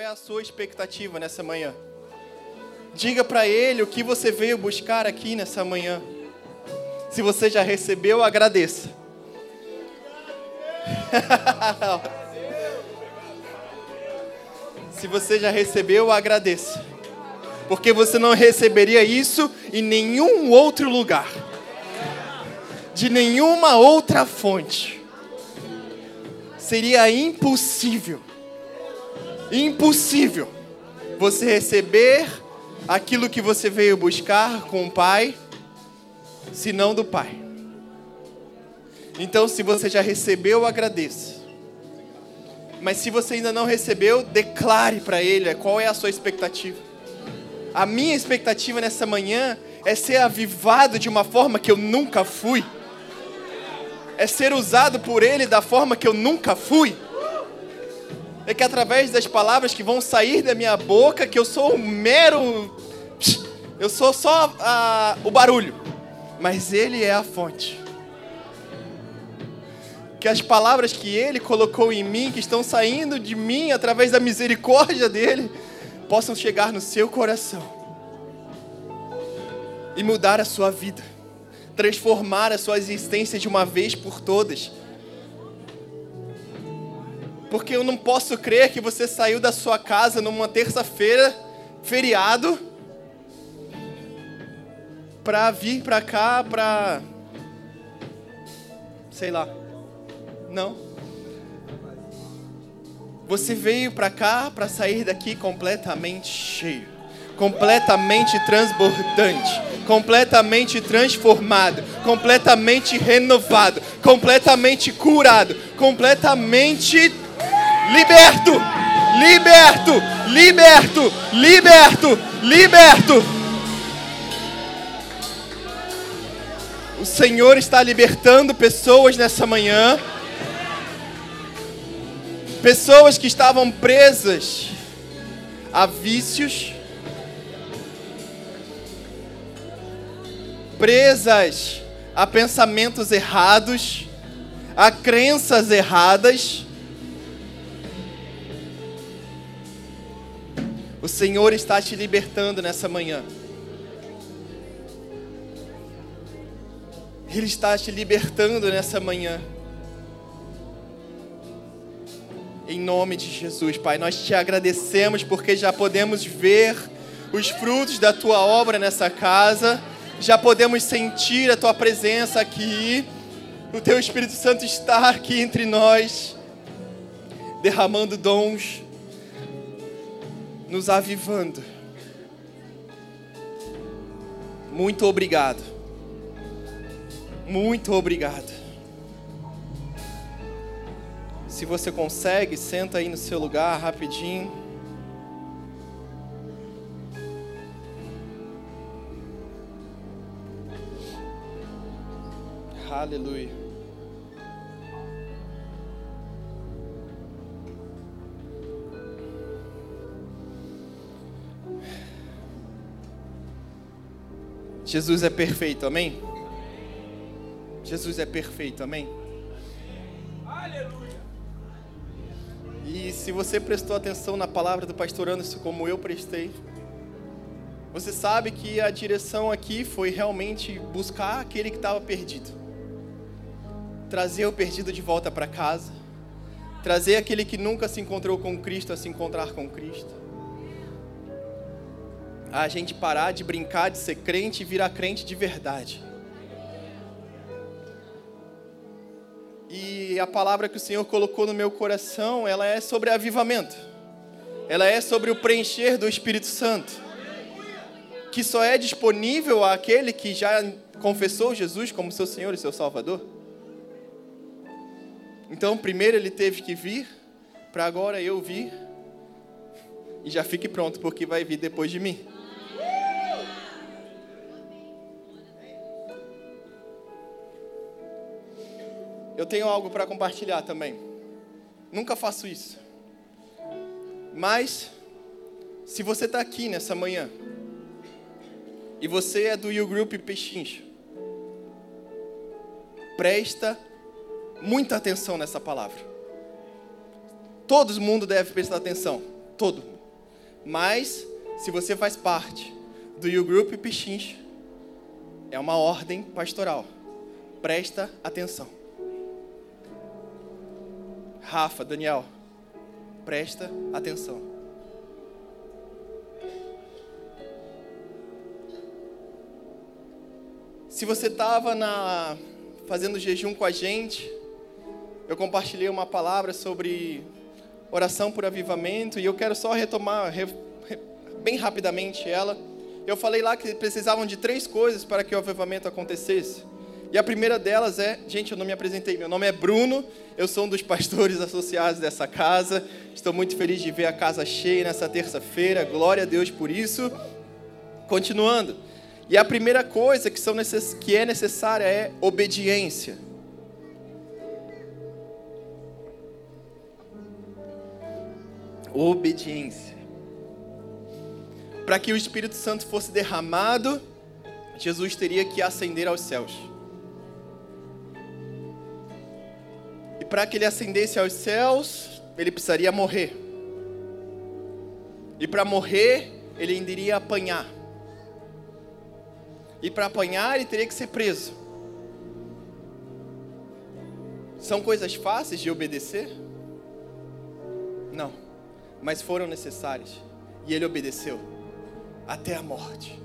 é a sua expectativa nessa manhã. Diga para Ele o que você veio buscar aqui nessa manhã. Se você já recebeu, agradeça. Se você já recebeu, agradeça. Porque você não receberia isso em nenhum outro lugar. De nenhuma outra fonte. Seria impossível você receber aquilo que você veio buscar com o Pai, senão do Pai. Então, se você já recebeu, agradeça. Mas se você ainda não recebeu, declare para Ele qual é a sua expectativa. A minha expectativa nessa manhã é ser avivado de uma forma que eu nunca fui. É ser usado por Ele da forma que eu nunca fui. É que através das palavras que vão sair da minha boca, que eu sou eu sou só o barulho, mas Ele é a fonte. Que as palavras que Ele colocou em mim, que estão saindo de mim através da misericórdia dEle, possam chegar no seu coração e mudar a sua vida. Transformar a sua existência de uma vez por todas. Porque eu não posso crer que você saiu da sua casa numa terça-feira, feriado, para vir para cá, sei lá. Não. Você veio para cá para sair daqui completamente cheio, completamente transbordante, completamente transformado, completamente renovado, completamente curado, completamente liberto, liberto, liberto, liberto, liberto. O Senhor está libertando pessoas nessa manhã. Pessoas que estavam presas a vícios, presas a pensamentos errados, a crenças erradas. O Senhor está te libertando nessa manhã. Ele está te libertando nessa manhã. Em nome de Jesus, Pai, nós te agradecemos porque já podemos ver os frutos da Tua obra nessa casa. Já podemos sentir a Tua presença aqui. O Teu Espírito Santo está aqui entre nós, derramando dons, nos avivando. Muito obrigado. Muito obrigado. Se você consegue, senta aí no seu lugar rapidinho. Aleluia. Jesus é perfeito, amém? Jesus é perfeito, amém? Aleluia. E se você prestou atenção na palavra do pastor Anderson como eu prestei, você sabe que a direção aqui foi realmente buscar aquele que estava perdido. Trazer o perdido de volta para casa. Trazer aquele que nunca se encontrou com Cristo a se encontrar com Cristo. A gente parar de brincar de ser crente e virar crente de verdade. E a palavra que o Senhor colocou no meu coração, ela é sobre avivamento. Ela é sobre o preencher do Espírito Santo. Que só é disponível àquele que já confessou Jesus como seu Senhor e seu Salvador. Então, primeiro ele teve que vir, para agora eu vir. E já fique pronto, porque vai vir depois de mim. Eu tenho algo para compartilhar também. Nunca faço isso. Mas, se você está aqui nessa manhã, e você é do You Group Pechincha, presta muita atenção nessa palavra. Todo mundo deve prestar atenção. Todo mundo. Mas, se você faz parte do You Group Pichincha, é uma ordem pastoral. Presta atenção. Rafa, Daniel, presta atenção. Se você estava fazendo jejum com a gente, eu compartilhei uma palavra sobre oração por avivamento e eu quero só retomar bem rapidamente ela. Eu falei lá que precisavam de 3 coisas para que o avivamento acontecesse. E a primeira delas é, gente, eu não me apresentei, meu nome é Bruno, eu sou um dos pastores associados dessa casa, estou muito feliz de ver a casa cheia nessa terça-feira, glória a Deus por isso. Continuando, e a primeira coisa que é necessária é obediência. Obediência. Para que o Espírito Santo fosse derramado, Jesus teria que ascender aos céus. E para que ele ascendesse aos céus, ele precisaria morrer. E para morrer, ele ainda iria apanhar. E para apanhar, ele teria que ser preso. São coisas fáceis de obedecer? Não. Mas foram necessárias. E ele obedeceu até a morte.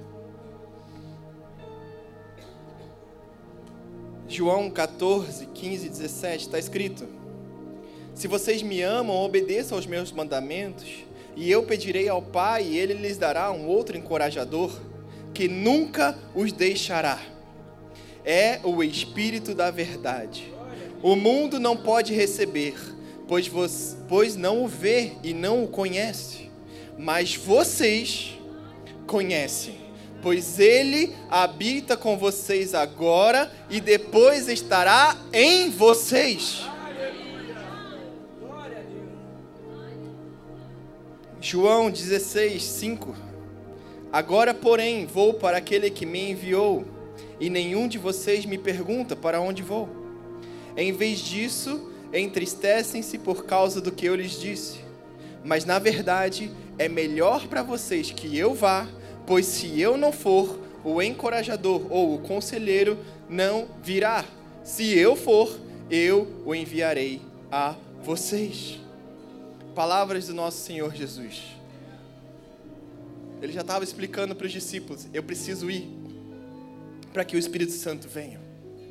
João 14, 15 e 17 está escrito: se vocês me amam, obedeçam aos meus mandamentos, e eu pedirei ao Pai, e ele lhes dará um outro encorajador, que nunca os deixará. É o Espírito da verdade. O mundo não pode receber, pois não o vê e não o conhece. Mas vocês conhecem, pois ele habita com vocês agora e depois estará em vocês. João 16, 5. Agora, porém, vou para aquele que me enviou, e nenhum de vocês me pergunta para onde vou. Em vez disso, entristecem-se por causa do que eu lhes disse. Mas, na verdade, é melhor para vocês que eu vá, pois se eu não for, o encorajador ou o conselheiro não virá. Se eu for, eu o enviarei a vocês. Palavras do nosso Senhor Jesus. Ele já estava explicando para os discípulos: eu preciso ir para que o Espírito Santo venha.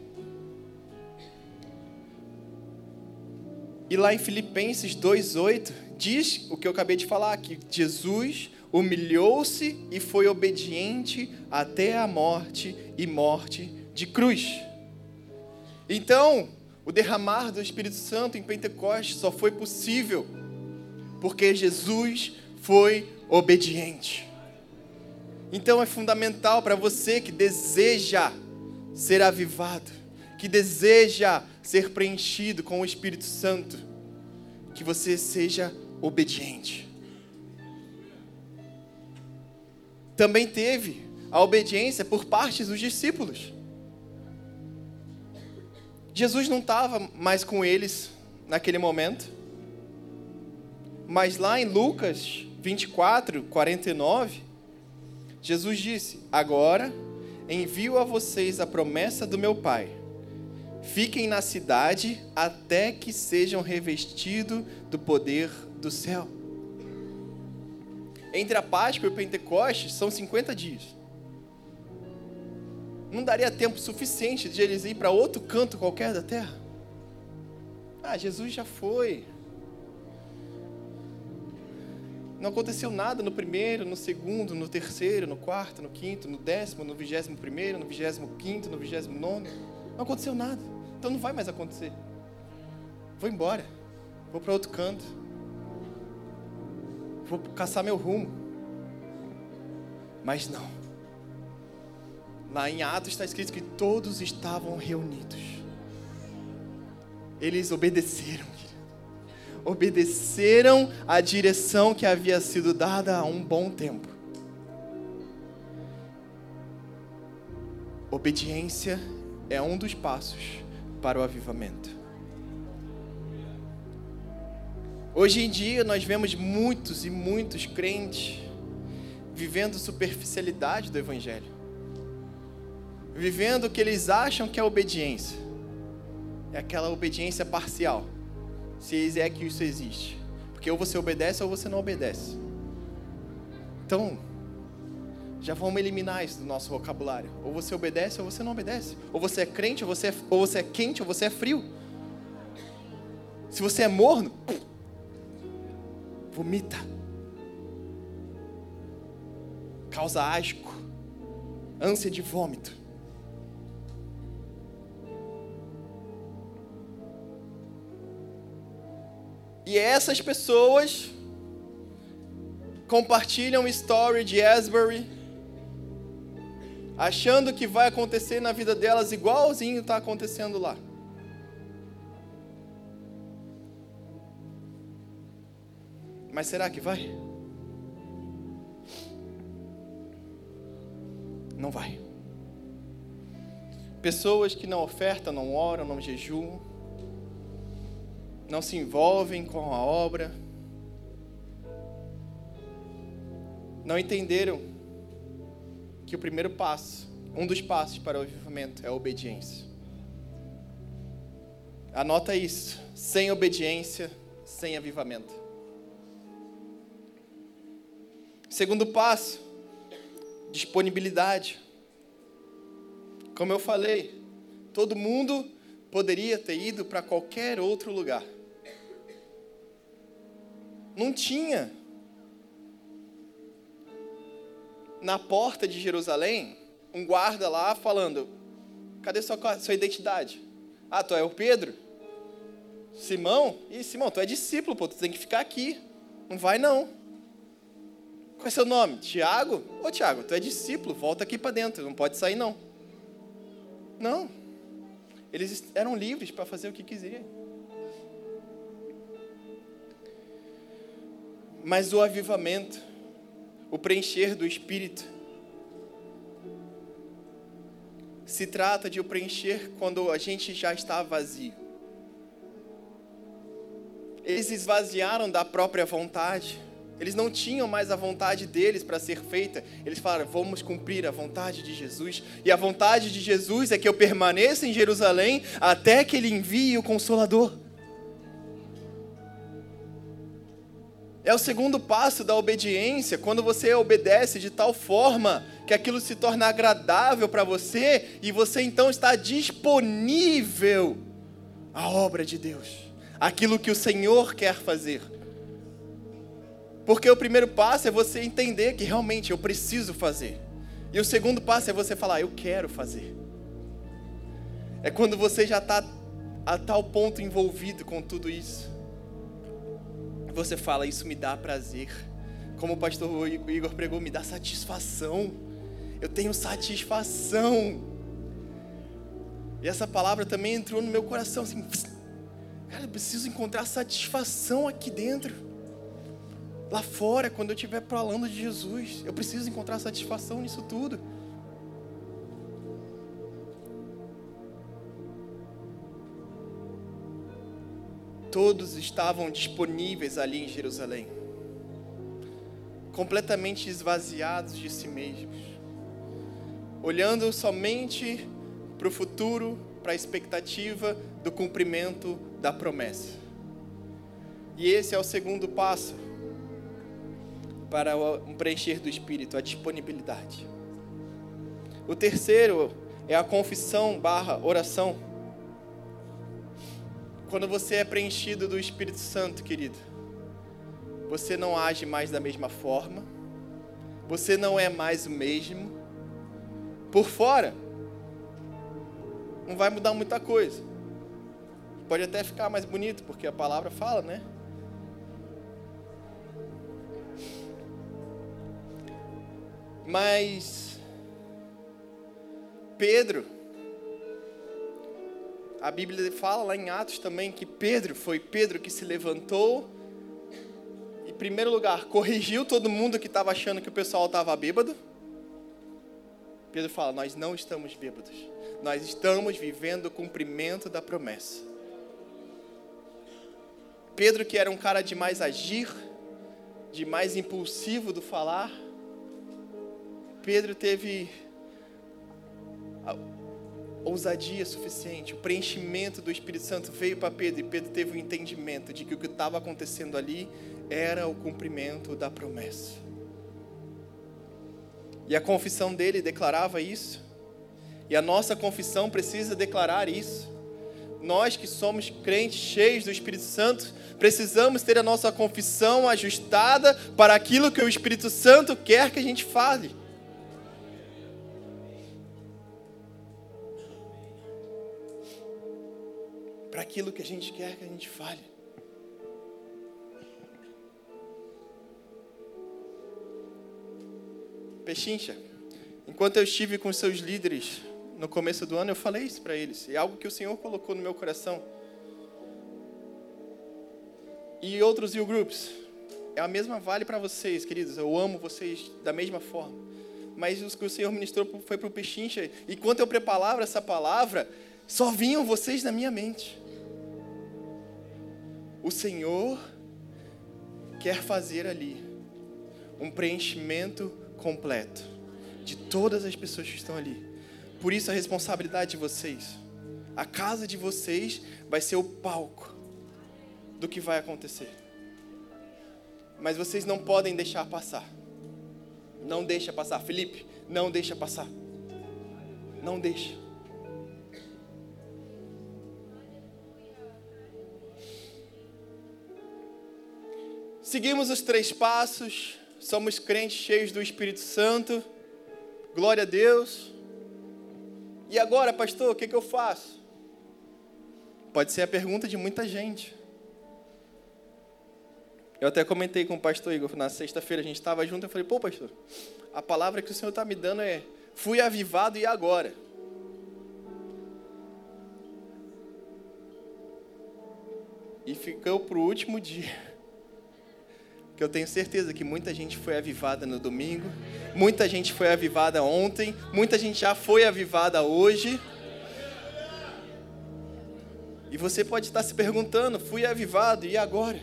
E lá em Filipenses 2:8 diz o que eu acabei de falar, que Jesus humilhou-se e foi obediente até a morte e morte de cruz. Então, o derramar do Espírito Santo em Pentecostes só foi possível porque Jesus foi obediente. Então é fundamental para você que deseja ser avivado, que deseja ser preenchido com o Espírito Santo, que você seja obediente. Também teve a obediência por parte dos discípulos. Jesus não estava mais com eles naquele momento, mas lá em Lucas 24, 49, Jesus disse: agora envio a vocês a promessa do meu Pai. Fiquem na cidade até que sejam revestidos do poder do céu. Entre a Páscoa e o Pentecostes são 50 dias. Não daria tempo suficiente de eles ir para outro canto qualquer da terra? Jesus já foi. Não aconteceu nada no primeiro, no segundo, no terceiro, no quarto, no quinto, no 10º, no 21º, no 25º, no 29º. Não aconteceu nada. Então não vai mais acontecer. Vou embora. Vou para outro canto. Vou caçar meu rumo. Mas não. Lá em Atos está escrito que todos estavam reunidos. Eles obedeceram. Obedeceram a direção que havia sido dada há um bom tempo. Obediência é um dos passos para o avivamento. Hoje em dia nós vemos muitos e muitos crentes vivendo superficialidade do Evangelho, vivendo o que eles acham que é obediência, é aquela obediência parcial, se é que isso existe, porque ou você obedece ou você não obedece. Então, já vamos eliminar isso do nosso vocabulário, ou você obedece ou você não obedece, ou você é crente ou você é quente ou você é frio. Se você é morno, vomita, causa asco, ânsia de vômito. E essas pessoas compartilham story de Asbury, achando que vai acontecer na vida delas igualzinho está acontecendo lá. Mas será que vai? Não vai. Pessoas que não ofertam, não oram, não jejuam, não se envolvem com a obra, não entenderam que o primeiro passo, um dos passos para o avivamento é a obediência. Anota isso: sem obediência, sem avivamento. Segundo passo, disponibilidade. Como eu falei, todo mundo poderia ter ido para qualquer outro lugar. Não tinha na porta de Jerusalém um guarda lá falando: cadê sua identidade? Ah, tu é o Pedro? Simão? Ih, Simão, tu é discípulo, pô, tu tem que ficar aqui. Não vai não. Qual é seu nome? Tiago? Ô Tiago, tu é discípulo, volta aqui para dentro, não pode sair não. Não. Eles eram livres para fazer o que quisiam. Mas o avivamento, o preencher do Espírito, se trata de o preencher quando a gente já está vazio. Eles esvaziaram da própria vontade. Eles não tinham mais a vontade deles para ser feita. Eles falaram: vamos cumprir a vontade de Jesus. E a vontade de Jesus é que eu permaneça em Jerusalém até que Ele envie o Consolador. É o segundo passo da obediência, quando você obedece de tal forma que aquilo se torna agradável para você e você então está disponível à obra de Deus, aquilo que o Senhor quer fazer. Porque o primeiro passo é você entender que realmente eu preciso fazer. E o segundo passo é você falar: eu quero fazer. É quando você já está a tal ponto envolvido com tudo isso. Você fala: isso me dá prazer. Como o pastor Igor pregou, me dá satisfação. Eu tenho satisfação. E essa palavra também entrou no meu coração assim: cara, eu preciso encontrar satisfação aqui dentro. Lá fora, quando eu estiver falando de Jesus, eu preciso encontrar satisfação nisso tudo. Todos estavam disponíveis ali em Jerusalém, completamente esvaziados de si mesmos, olhando somente para o futuro, para a expectativa do cumprimento da promessa. E esse é o segundo passo para o preencher do Espírito, a disponibilidade. O terceiro é a confissão/oração. Quando você é preenchido do Espírito Santo, querido, você não age mais da mesma forma, você não é mais o mesmo. Por fora, não vai mudar muita coisa. Pode até ficar mais bonito, porque a palavra fala, né? Mas Pedro, a Bíblia fala lá em Atos também que foi Pedro que se levantou, em primeiro lugar, corrigiu todo mundo que estava achando que o pessoal estava bêbado. Pedro fala: nós não estamos bêbados, nós estamos vivendo o cumprimento da promessa. Pedro, que era um cara de mais agir, de mais impulsivo do falar, Pedro teve a ousadia suficiente, o preenchimento do Espírito Santo veio para Pedro, e Pedro teve o entendimento de que o que estava acontecendo ali era o cumprimento da promessa. E a confissão dele declarava isso, e a nossa confissão precisa declarar isso. Nós que somos crentes cheios do Espírito Santo, precisamos ter a nossa confissão ajustada para aquilo que o Espírito Santo quer que a gente fale. Para aquilo que a gente quer que a gente fale. Pechincha, enquanto eu estive com os seus líderes no começo do ano, eu falei isso para eles. É algo que o Senhor colocou no meu coração. E outros you groups, é a mesma vale para vocês, queridos. Eu amo vocês da mesma forma. Mas o que o Senhor ministrou foi para o Pechincha. E quando eu preparava essa palavra, só vinham vocês na minha mente. O Senhor quer fazer ali um preenchimento completo de todas as pessoas que estão ali. Por isso a responsabilidade de vocês. A casa de vocês vai ser o palco do que vai acontecer. Mas vocês não podem deixar passar. Não deixa passar. Felipe, não deixa passar. Não deixa. Seguimos os 3 passos. Somos crentes cheios do Espírito Santo. Glória a Deus. E agora, pastor, o que eu faço? Pode ser a pergunta de muita gente. Eu até comentei com o pastor Igor, na sexta-feira a gente estava junto, eu falei, pô pastor, a palavra que o Senhor está me dando é, fui avivado e agora? E ficou para o último dia, que eu tenho certeza que muita gente foi avivada no domingo, muita gente foi avivada ontem, muita gente já foi avivada hoje. E você pode estar se perguntando, fui avivado, e agora?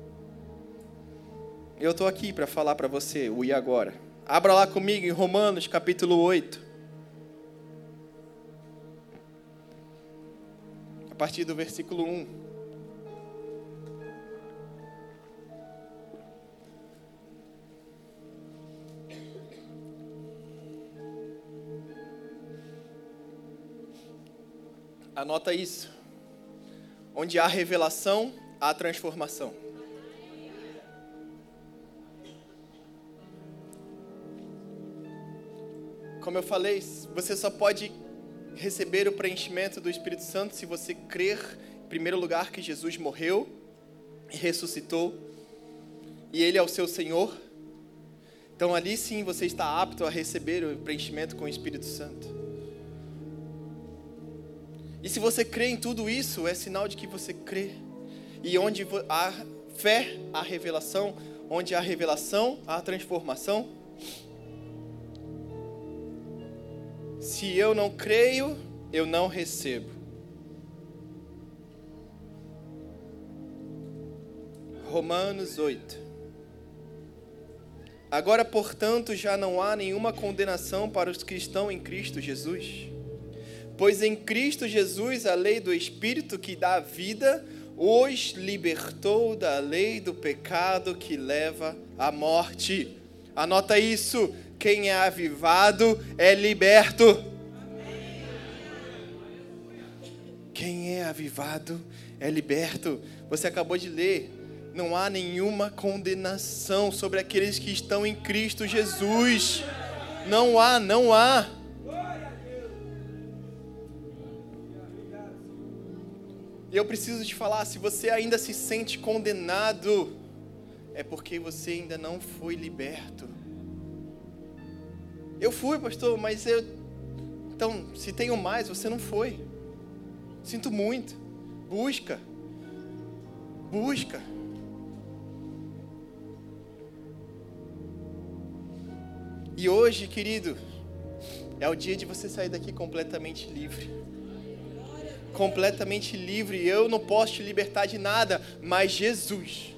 Eu estou aqui para falar para você o e agora. Abra lá comigo em Romanos capítulo 8. A partir do versículo 1. Anota isso. Onde há revelação, há transformação. Como eu falei, você só pode receber o preenchimento do Espírito Santo se você crer, em primeiro lugar, que Jesus morreu e ressuscitou, e Ele é o seu Senhor. Então, ali sim, você está apto a receber o preenchimento com o Espírito Santo. E se você crê em tudo isso, é sinal de que você crê. E onde há fé, há revelação. Onde há revelação, há transformação. Se eu não creio, eu não recebo. Romanos 8. Agora, portanto, já não há nenhuma condenação para os que estão em Cristo Jesus. Pois em Cristo Jesus a lei do Espírito que dá vida os libertou da lei do pecado que leva à morte. Anota isso. Quem é avivado é liberto. Quem é avivado é liberto. Você acabou de ler. Não há nenhuma condenação sobre aqueles que estão em Cristo Jesus. Não há, não há. E eu preciso te falar, se você ainda se sente condenado, é porque você ainda não foi liberto. Eu fui, pastor, mas então, se tenho mais, você não foi. Sinto muito. Busca. E hoje, querido, é o dia de você sair daqui completamente livre. completamente livre. Eu não posso te libertar de nada, mas Jesus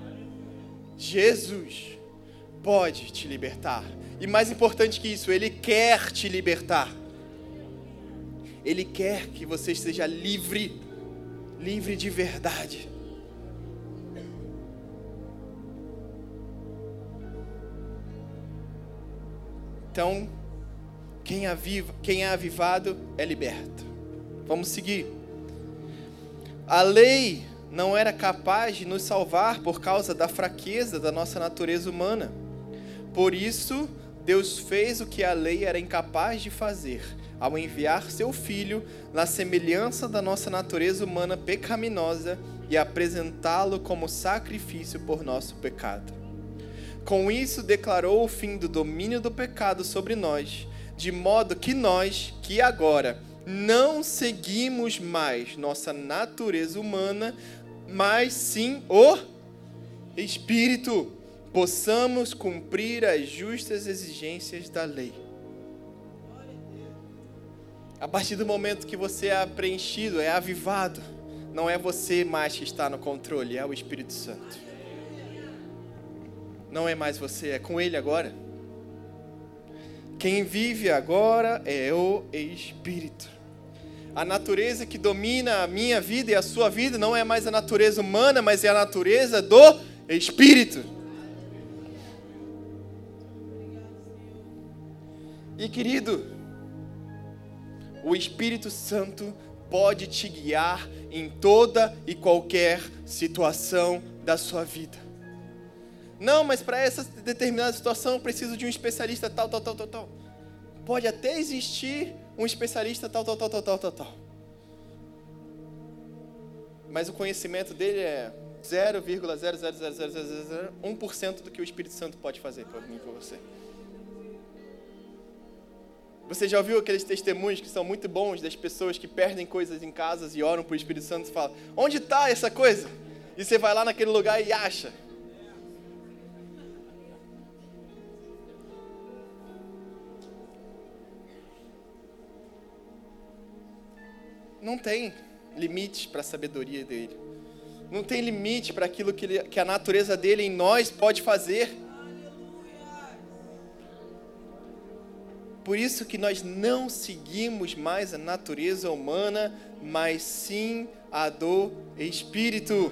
pode te libertar. E mais importante que isso, Ele quer te libertar. Ele quer que você seja livre de verdade. Então, quem é avivado é liberto. Vamos seguir. A lei não era capaz de nos salvar por causa da fraqueza da nossa natureza humana. Por isso, Deus fez o que a lei era incapaz de fazer, ao enviar seu Filho na semelhança da nossa natureza humana pecaminosa e apresentá-lo como sacrifício por nosso pecado. Com isso, declarou o fim do domínio do pecado sobre nós, de modo que agora não seguimos mais nossa natureza humana, mas sim o Espírito, possamos cumprir as justas exigências da lei. A partir do momento que você é preenchido, é avivado, não é você mais que está no controle, é o Espírito Santo. Não é mais você, é com Ele agora. Quem vive agora é o Espírito. A natureza que domina a minha vida e a sua vida não é mais a natureza humana, mas é a natureza do Espírito. E querido, o Espírito Santo pode te guiar em toda e qualquer situação da sua vida. Não, mas para essa determinada situação eu preciso de um especialista tal. Pode até existir um especialista tal. Mas o conhecimento dele é 0,00001% do que o Espírito Santo pode fazer por mim e por você. Você já ouviu aqueles testemunhos que são muito bons das pessoas que perdem coisas em casas e oram para o Espírito Santo e falam: onde está essa coisa? E você vai lá naquele lugar e acha. Não tem limite para a sabedoria dele. Não tem limite para aquilo que a natureza dele em nós pode fazer. Por isso que nós não seguimos mais a natureza humana, mas sim a do Espírito.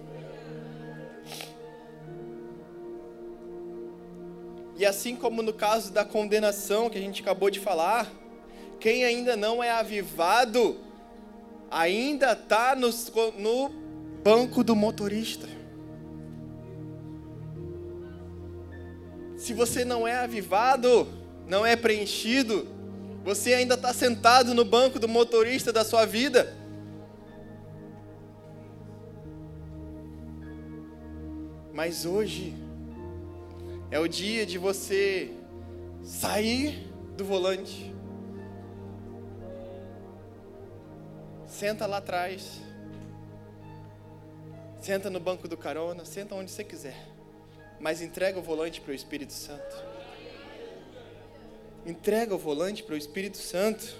E assim como no caso da condenação que a gente acabou de falar, quem ainda não é avivado, ainda está no banco do motorista. Se você não é avivado, não é preenchido, você ainda está sentado no banco do motorista da sua vida. Mas hoje é o dia de você sair do volante. Senta lá atrás. Senta no banco do carona, senta onde você quiser. Mas entrega o volante para o Espírito Santo. Entrega o volante para o Espírito Santo.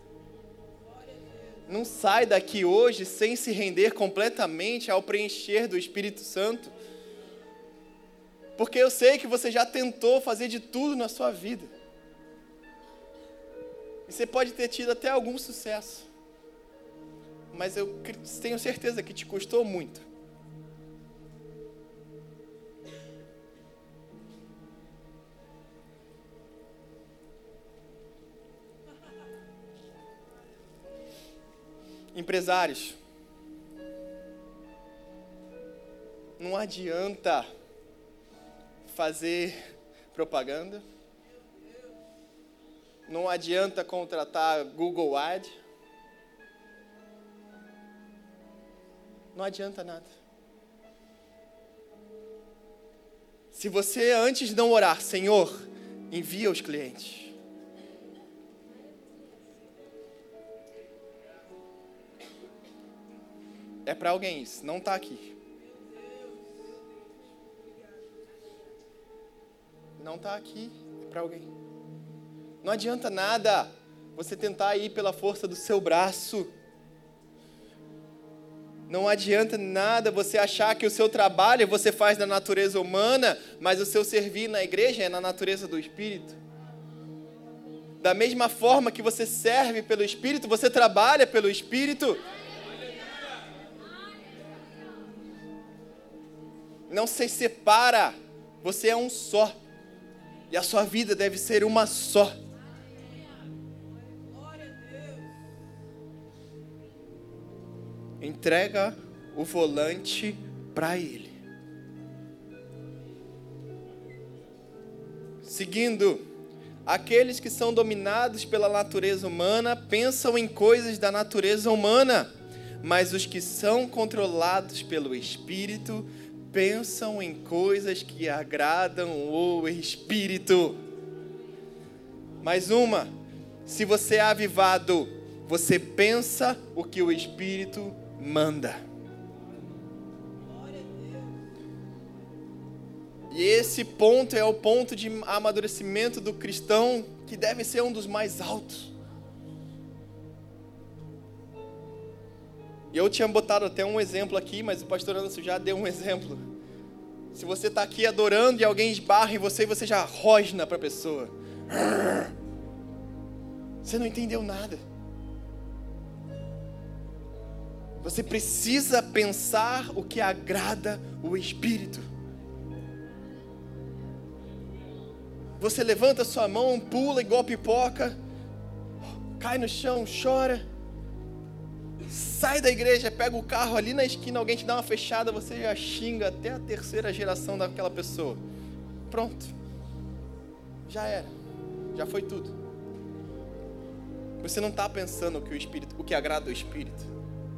Não sai daqui hoje sem se render completamente ao preencher do Espírito Santo. Porque eu sei que você já tentou fazer de tudo na sua vida. E você pode ter tido até algum sucesso. Mas eu tenho certeza que te custou muito. Empresários, não adianta fazer propaganda, não adianta contratar Google Ads, não adianta nada. Se você antes não orar, Senhor, envia os clientes. É para alguém isso, não está aqui. Não está aqui, é para alguém. Não adianta nada você tentar ir pela força do seu braço. Não adianta nada você achar que o seu trabalho você faz na natureza humana, mas o seu servir na igreja é na natureza do Espírito. Da mesma forma que você serve pelo Espírito, você trabalha pelo Espírito. Não se separa, você é um só. E a sua vida deve ser uma só. Entrega o volante para Ele. Seguindo, aqueles que são dominados pela natureza humana pensam em coisas da natureza humana, mas os que são controlados pelo Espírito pensam em coisas que agradam o Espírito. Mais uma, se você é avivado, você pensa o que o Espírito manda. E esse ponto é o ponto de amadurecimento do cristão, que deve ser um dos mais altos. E eu tinha botado até um exemplo aqui, mas o pastor Anderson já deu um exemplo. Se você está aqui adorando e alguém esbarra em você, você já rosna para a pessoa. Você não entendeu nada. Você precisa pensar o que agrada o Espírito. Você levanta sua mão, pula igual pipoca, cai no chão, chora, sai da igreja, pega o carro ali na esquina, alguém te dá uma fechada, você já xinga até a terceira geração daquela pessoa. Pronto. Já era. Já foi tudo. Você não está pensando o que agrada o Espírito.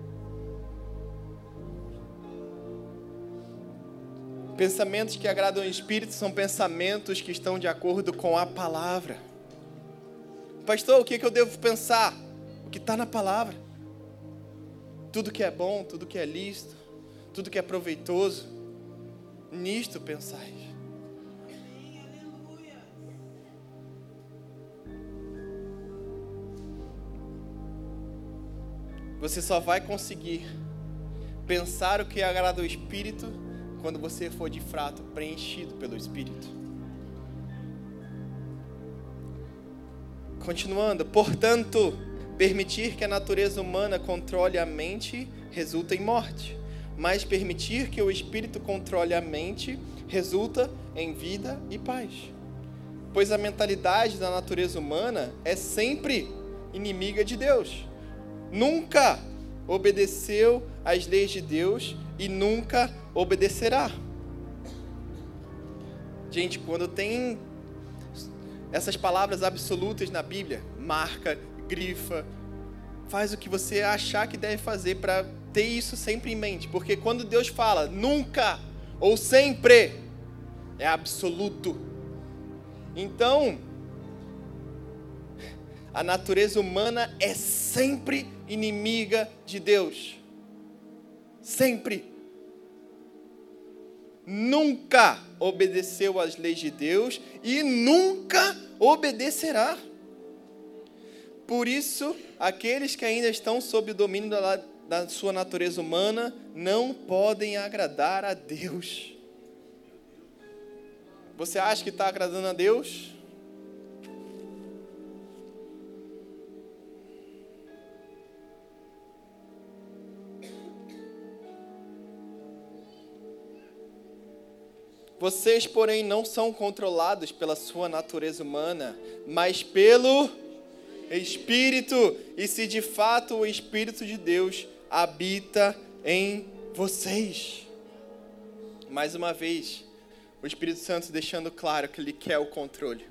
Pensamentos que agradam o Espírito são pensamentos que estão de acordo com a palavra. Pastor, o que eu devo pensar? O que está na palavra. Tudo que é bom, tudo que é lícito, tudo que é proveitoso, nisto pensais. Você só vai conseguir pensar o que agrada ao Espírito quando você for de fato preenchido pelo Espírito. Continuando, portanto, permitir que a natureza humana controle a mente resulta em morte, mas permitir que o Espírito controle a mente resulta em vida e paz. Pois a mentalidade da natureza humana é sempre inimiga de Deus. Nunca obedeceu às leis de Deus e nunca obedecerá. Gente, quando tem essas palavras absolutas na Bíblia, marca, grifa, faz o que você achar que deve fazer para ter isso sempre em mente, porque quando Deus fala nunca ou sempre, é absoluto. Então, a natureza humana é sempre inimiga de Deus. Sempre. Nunca obedeceu às leis de Deus e nunca obedecerá. Por isso, aqueles que ainda estão sob o domínio da sua natureza humana não podem agradar a Deus. Você acha que está agradando a Deus? Vocês, porém, não são controlados pela sua natureza humana, mas pelo Espírito. E se de fato o Espírito de Deus habita em vocês. Mais uma vez, o Espírito Santo deixando claro que Ele quer o controle.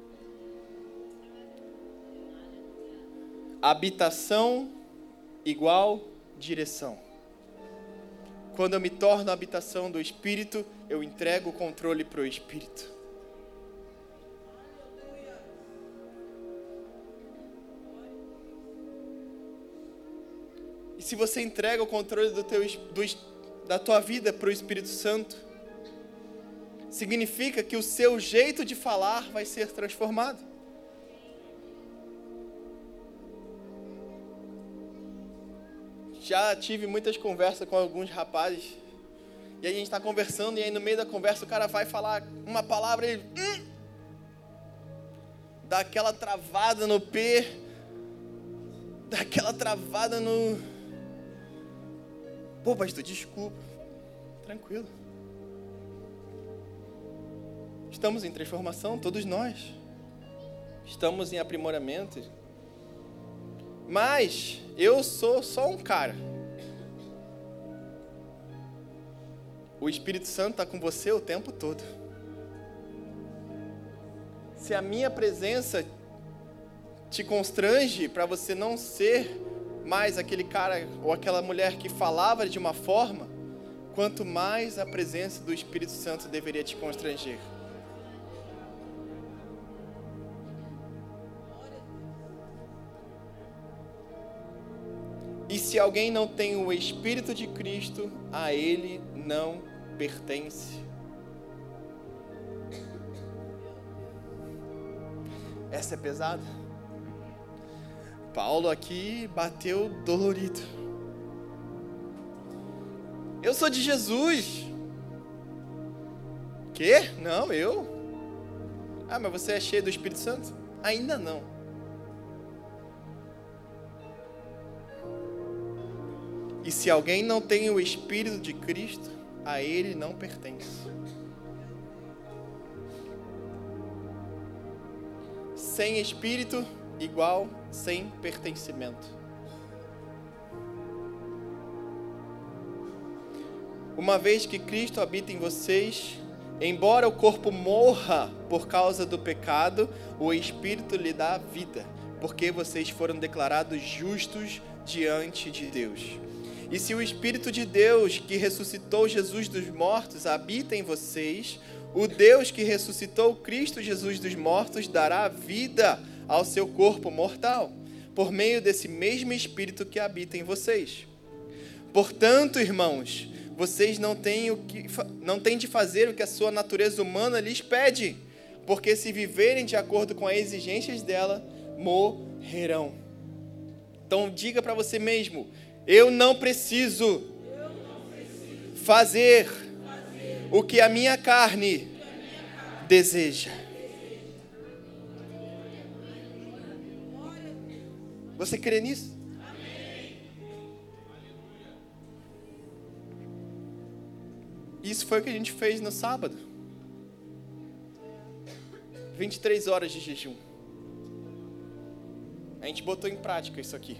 Habitação igual direção. Quando eu me torno a habitação do Espírito, eu entrego o controle para o Espírito. E se você entrega o controle da tua vida para o Espírito Santo, significa que o seu jeito de falar vai ser transformado. Já tive muitas conversas com alguns rapazes. E aí a gente está conversando, e aí no meio da conversa o cara vai falar uma palavra e ele dá aquela travada no P, dá aquela travada no... Pô, pastor, desculpa. Tranquilo. Estamos em transformação, todos nós. Estamos em aprimoramento. Mas eu sou só um cara. O Espírito Santo está com você o tempo todo. Se a minha presença te constrange para você não ser mais aquele cara ou aquela mulher que falava de uma forma, quanto mais a presença do Espírito Santo deveria te constranger. E se alguém não tem o Espírito de Cristo, a ele não pertence. Essa é pesada. Paulo aqui bateu dolorido. Eu sou de Jesus. Quê? Não, eu? Ah, mas você é cheio do Espírito Santo? Ainda não. E se alguém não tem o Espírito de Cristo, a ele não pertence. Sem Espírito, igual sem pertencimento. Uma vez que Cristo habita em vocês, embora o corpo morra por causa do pecado, o Espírito lhe dá vida, porque vocês foram declarados justos diante de Deus. E se o Espírito de Deus, que ressuscitou Jesus dos mortos, habita em vocês, o Deus que ressuscitou Cristo Jesus dos mortos dará vida ao seu corpo mortal, por meio desse mesmo Espírito que habita em vocês. Portanto, irmãos, vocês não têm de fazer o que a sua natureza humana lhes pede, porque se viverem de acordo com as exigências dela, morrerão. Então diga para você mesmo: eu não preciso fazer o que a minha carne deseja. Você crê nisso? Isso foi o que a gente fez no sábado. 23 horas de jejum. A gente botou em prática isso aqui.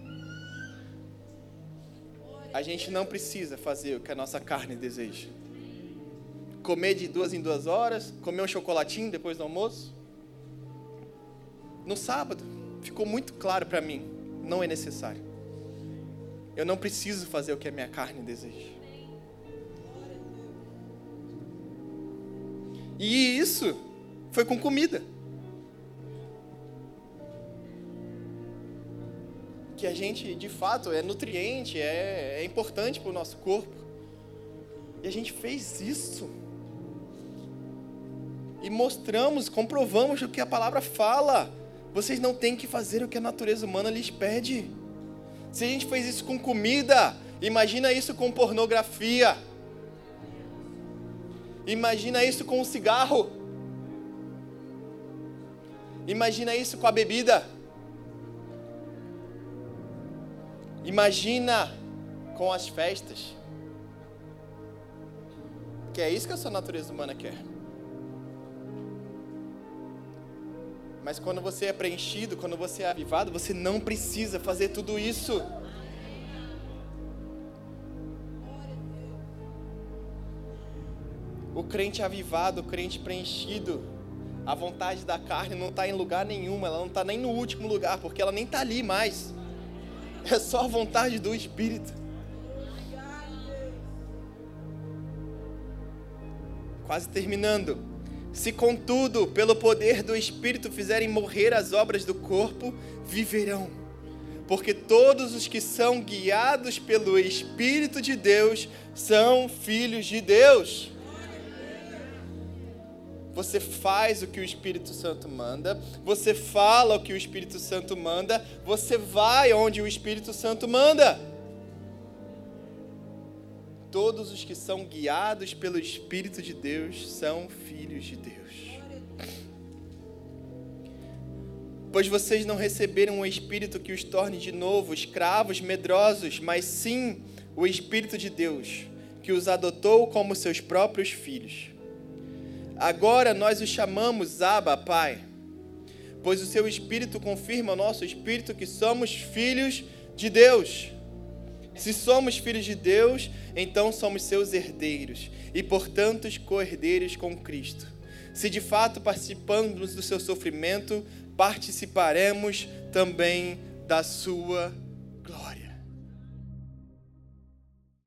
A gente não precisa fazer o que a nossa carne deseja. Comer de 2 em 2 horas, comer um chocolatinho depois do almoço. No sábado, ficou muito claro para mim, não é necessário. Eu não preciso fazer o que a minha carne deseja. E isso foi com comida. Que a gente, de fato, é nutriente, é importante para o nosso corpo. E a gente fez isso. E mostramos, comprovamos o que a palavra fala. Vocês não têm que fazer o que a natureza humana lhes pede. Se a gente fez isso com comida, imagina isso com pornografia. Imagina isso com o cigarro. Imagina isso com a bebida. Imagina com as festas. Que é isso que a sua natureza humana quer. Mas quando você é preenchido, quando você é avivado, você não precisa fazer tudo isso. O crente avivado, o crente preenchido, a vontade da carne não está em lugar nenhum, ela não está nem no último lugar, porque ela nem está ali mais. É só a vontade do Espírito. Quase terminando. Se contudo, pelo poder do Espírito fizerem morrer as obras do corpo, viverão. Porque todos os que são guiados pelo Espírito de Deus são filhos de Deus. Você faz o que o Espírito Santo manda, você fala o que o Espírito Santo manda, você vai onde o Espírito Santo manda. todos os que são guiados pelo Espírito de Deus são filhos de Deus. Pois vocês não receberam um espírito que os torne de novo escravos, medrosos, mas sim o Espírito de Deus, que os adotou como seus próprios filhos. Agora nós os chamamos Abba, Pai, pois o seu Espírito confirma ao nosso Espírito que somos filhos de Deus. Se somos filhos de Deus, então somos seus herdeiros e, portanto, co-herdeiros com Cristo. Se de fato participamos do seu sofrimento, participaremos também da sua